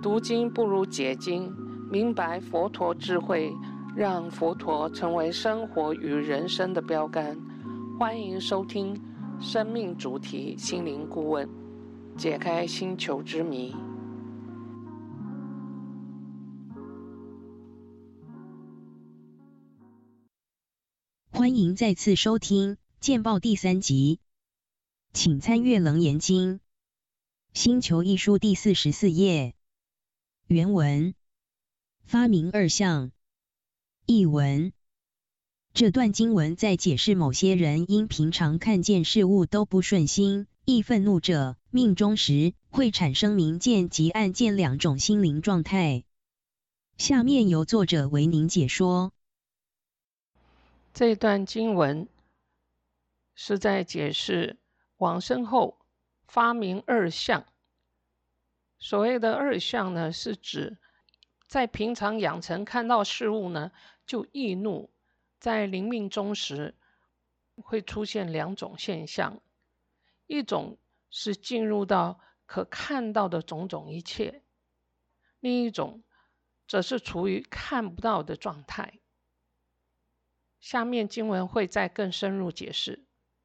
读经不如解经，明白佛陀智慧，让佛陀成为生活与人生的标杆。欢迎收听生命主题心灵顾问，解开星球之谜。 欢迎再次收听见报第3集，请参阅楞严经星球一书第44页。原文：发明二相。译文：这段经文在解释某些人因平常看见事物都不顺心，易愤怒者命中时，会产生明见及暗见两种心灵状态。下面由作者为您解说。 这段经文是在解释往生后发明二相。所谓的二相呢，是指在平常养成看到事物呢就易怒，在临命终时会出现两种现象，一种是进入到可看到的种种一切，另一种则是处于看不到的状态。下面经文会再更深入解释。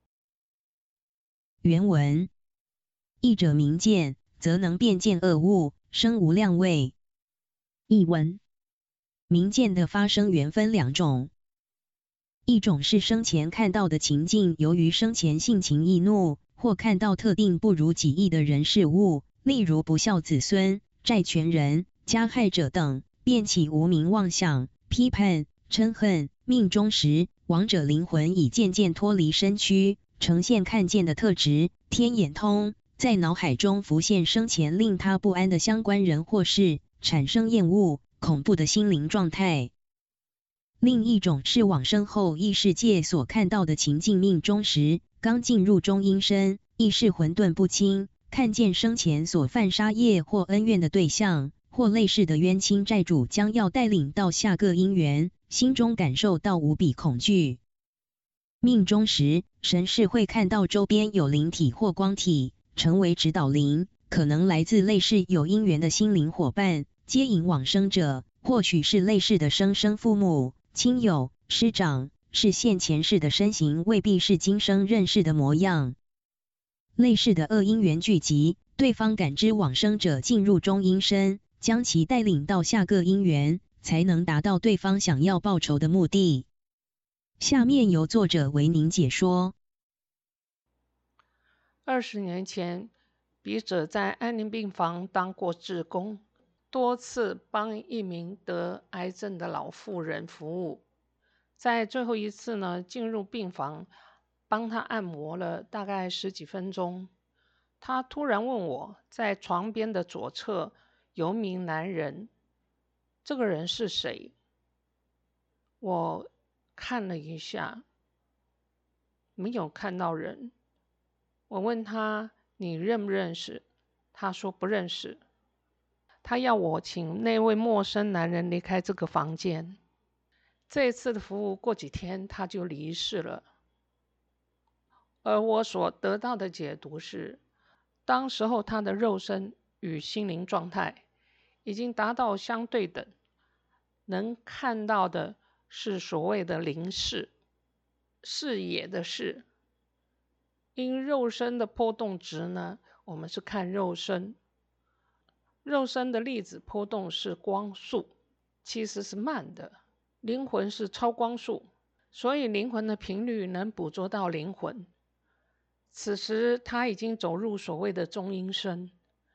原文：译者明见，则能辨见恶物，生无量味。译文：明见的发生原分两种，一种是生前看到的情境，由于生前性情易怒，或看到特定不如己意的人事物，例如不孝子孙、债权人、加害者等，便起无明妄想、批判、嗔恨。命中时，亡者灵魂已渐渐脱离身躯，呈现看见的特质，天眼通，在脑海中浮现生前令他不安的相关人或事，产生厌恶、恐怖的心灵状态。另一种是往生后意识界所看到的情境，命中时刚进入中阴身，意识混沌不清，看见生前所犯杀业或恩怨的对象，或类似的冤亲债主将要带领到下个因缘，心中感受到无比恐惧。命中时，神识会看到周边有灵体或光体，成为指导灵，可能来自类似有因缘的心灵伙伴，接引往生者，或许是类似的生身父母、亲友、师长，是现前世的身形，未必是今生认识的模样。类似的恶因缘聚集，对方感知往生者进入中阴身，将其带领到下个因缘，才能达到对方想要报仇的目的。下面由作者为您解说。 20年前，笔者在安宁病房当过志工，多次帮一名得癌症的老妇人服务。在最后一次呢，进入病房帮她按摩了大概10几分钟，她突然问我，在床边的左侧有名男人，这个人是谁？我看了一下，没有看到人。我问他，你认不认识？他说不认识。他要我请那位陌生男人离开这个房间。这一次的服务过几天他就离世了。而我所得到的解读是，当时候他的肉身与心灵状态已经达到相对等，能看到的是所谓的灵视，视野的视。因肉身的波动值呢，我们是看肉身，肉身的粒子波动是光速，其实是慢的，灵魂是超光速，所以灵魂的频率能捕捉到灵魂。此时他已经走入所谓的中阴身。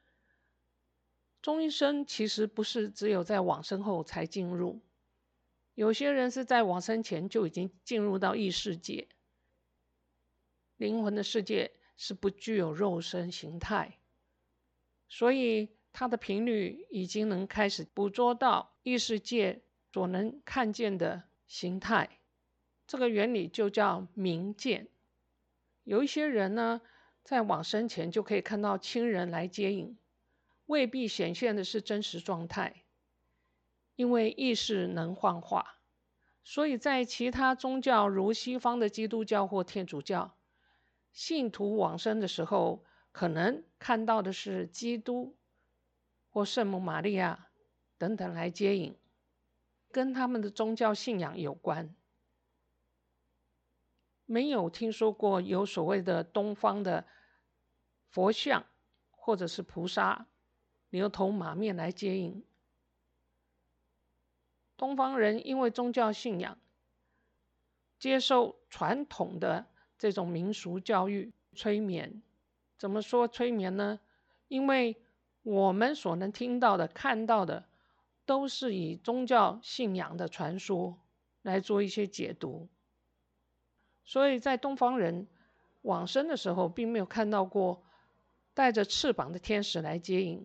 中阴身其实不是只有在往生后才进入，有些人是在往生前就已经进入到异世界。灵魂的世界是不具有肉身形态，所以它的频率已经能开始捕捉到异世界所能看见的形态。这个原理就叫明见。有一些人呢，在往生前就可以看到亲人来接引，未必显现的是真实状态，因为意识能幻化，所以在其他宗教如西方的基督教或天主教，信徒往生的时候，可能看到的是基督， 或圣母玛利亚等等来接引，跟他们的宗教信仰有关。没有听说过有所谓的东方的佛像或者是菩萨牛头马面来接引。东方人因为宗教信仰，接受传统的这种民俗教育催眠。怎么说催眠呢？因为我们所能听到的、看到的，都是以宗教信仰的传说来做一些解读。所以在东方人往生的时候，并没有看到过带着翅膀的天使来接引。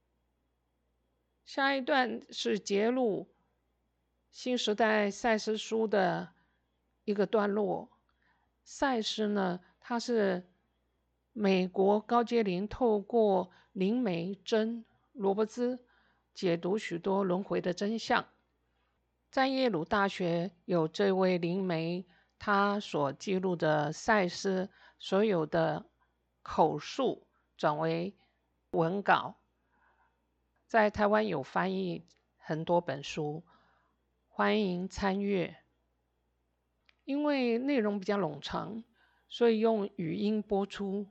下一段是揭露新时代赛斯书的一个段落。赛斯呢，他是美国高阶灵透过灵媒真罗伯兹解读许多轮回的真相。在耶鲁大学有这位灵媒，他所记录的赛斯所有的口述转为文稿，在台湾有翻译很多本书，欢迎参阅。因为内容比较冗长，所以用语音播出。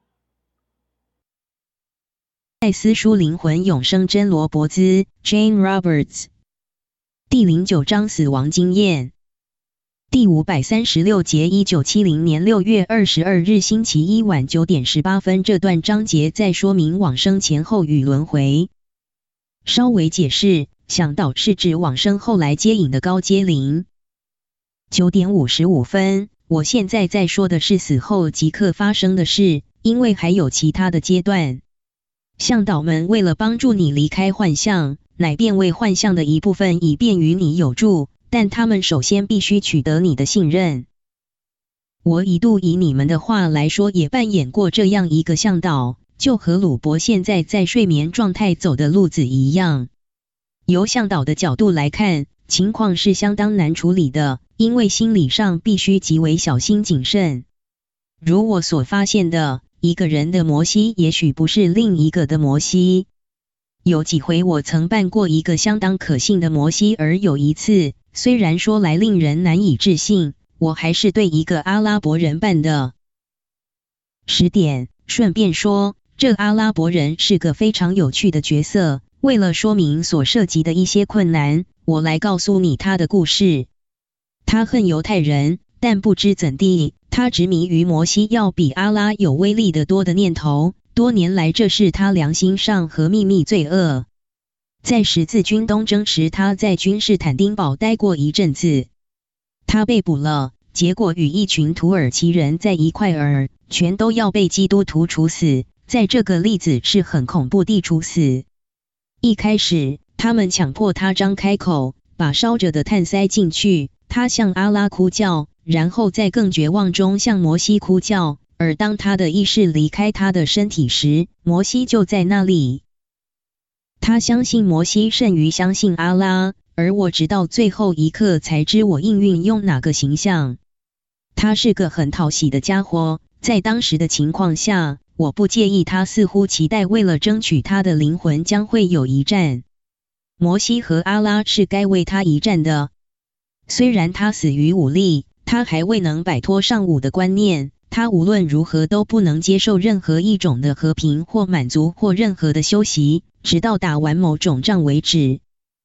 赛斯书灵魂永生真罗伯兹 Jane Roberts 第09章死亡经验第536节1970年6月22日星期一晚9点18分这段章节在说明往生前后与轮回。稍微解释，向导是指往生后来接引的高阶灵。9点55分，我现在在说的是死后即刻发生的事，因为还有其他的阶段。向导们为了帮助你离开幻象，乃变为幻象的一部分，以便于你有助，但他们首先必须取得你的信任。我一度以你们的话来说，也扮演过这样一个向导，就和鲁伯现在在睡眠状态走的路子一样。由向导的角度来看，情况是相当难处理的，因为心理上必须极为小心谨慎。如我所发现的，一个人的摩西也许不是另一个的摩西。有几回我曾扮过一个相当可信的摩西，而有一次，虽然说来令人难以置信，我还是对一个阿拉伯人扮的。10点，顺便说，这阿拉伯人是个非常有趣的角色。为了说明所涉及的一些困难，我来告诉你他的故事。他恨犹太人，但不知怎地，他执迷于摩西要比阿拉有威力得多的念头，多年来这是他良心上和秘密罪恶。在十字军东征时，他在君士坦丁堡待过一阵子。他被捕了，结果与一群土耳其人在一块儿，全都要被基督徒处死。在这个例子是很恐怖地处死。一开始，他们强迫他张开口，把烧着的炭塞进去，他向阿拉哭叫，然后在更绝望中向摩西哭叫，而当他的意识离开他的身体时，摩西就在那里。他相信摩西甚于相信阿拉，而我直到最后一刻才知我应运用哪个形象。他是个很讨喜的家伙，在当时的情况下，我不介意他似乎期待为了争取他的灵魂将会有一战。摩西和阿拉是该为他一战的。虽然他死于武力，他还未能摆脱尚武的观念，他无论如何都不能接受任何一种的和平或满足或任何的休息，直到打完某种仗为止。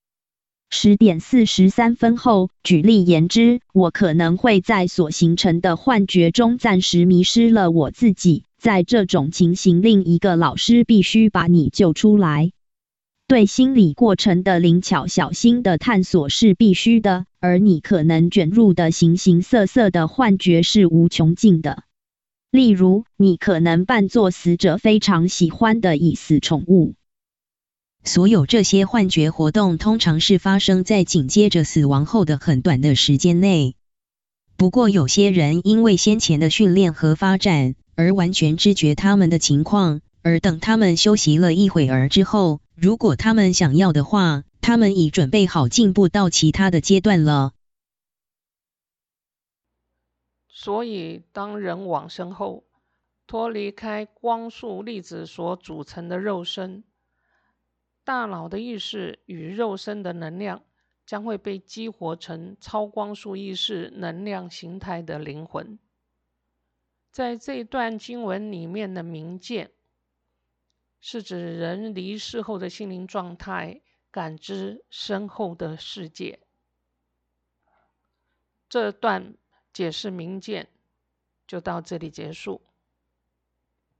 10点43分后，举例言之，我可能会在所形成的幻觉中暂时迷失了我自己。在这种情形，另一个老师必须把你救出来。对心理过程的灵巧小心的探索是必须的，而你可能卷入的形形色色的幻觉是无穷尽的。例如，你可能扮作死者非常喜欢的已死宠物。 所有这些幻觉活动通常是发生在紧接着死亡后的很短的时间内。不过有些人因为先前的训练和发展，而完全知觉他们的情况，而等他们休息了一会儿之后，如果他们想要的话，他们已准备好进步到其他的阶段了。 所以当人往生后，脱离开光速粒子所组成的肉身， 大脑的意识与肉身的能量将会被激活成超光速意识能量形态的灵魂。在这一段经文里面的冥见，是指人离世后的心灵状态，感知身后的世界。这段解释冥见就到这里结束。